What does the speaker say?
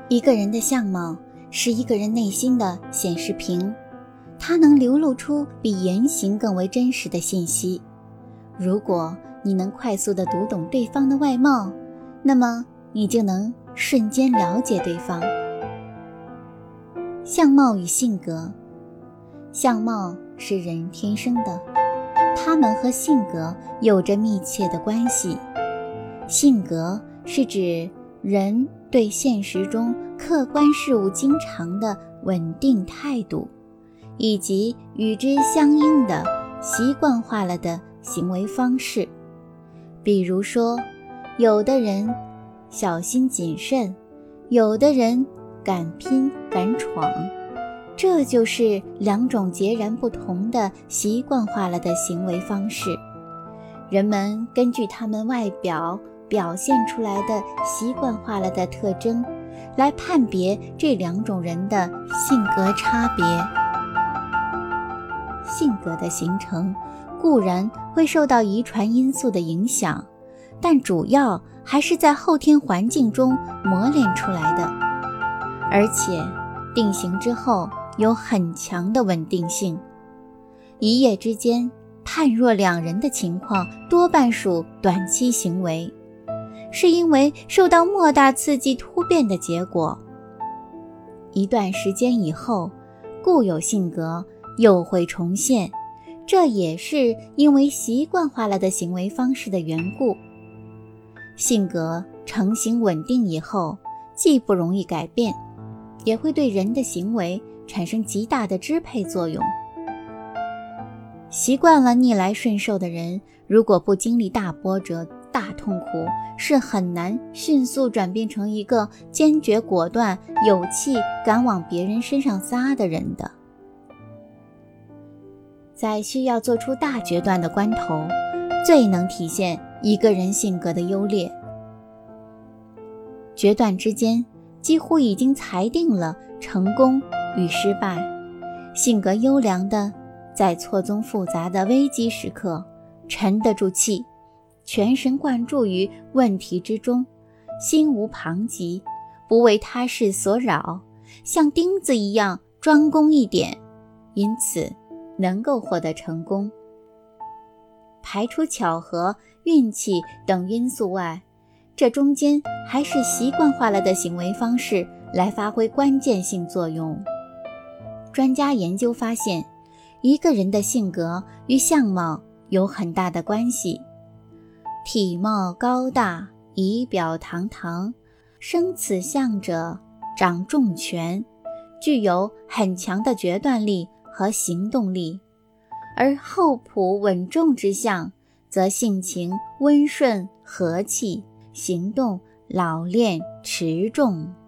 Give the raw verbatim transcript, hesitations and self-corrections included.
一个人的相貌是一个人内心的显示屏，它能流露出比言行更为真实的信息。如果你能快速地读懂对方的外貌，那么你就能瞬间了解对方。相貌与性格，相貌是人天生的，它们和性格有着密切的关系。性格是指人对现实中客观事物经常的稳定态度，以及与之相应的习惯化了的行为方式。比如说，有的人小心谨慎，有的人敢拼敢闯，这就是两种截然不同的习惯化了的行为方式。人们根据他们外表表现出来的习惯化了的特征，来判别这两种人的性格差别。性格的形成固然会受到遗传因素的影响，但主要还是在后天环境中磨练出来的，而且定型之后有很强的稳定性。一夜之间判若两人的情况多半属短期行为，是因为受到莫大刺激突变的结果。一段时间以后，固有性格又会重现，这也是因为习惯化了的行为方式的缘故。性格成型稳定以后，既不容易改变，也会对人的行为产生极大的支配作用。习惯了逆来顺受的人，如果不经历大波折、大痛苦，是很难迅速转变成一个坚决果断、有气敢往别人身上撒的人的。在需要做出大决断的关头，最能体现一个人性格的优劣。决断之间几乎已经裁定了成功与失败，性格优良的在错综复杂的危机时刻沉得住气，全神贯注于问题之中，心无旁骥，不为他事所扰，像钉子一样专攻一点，因此能够获得成功。排除巧合、运气等因素外，这中间还是习惯化了的行为方式来发挥关键性作用。专家研究发现，一个人的性格与相貌有很大的关系。体貌高大、仪表堂堂，生此相者掌重权，具有很强的决断力和行动力；而厚朴稳重之相，则性情温顺和气，行动老练持重。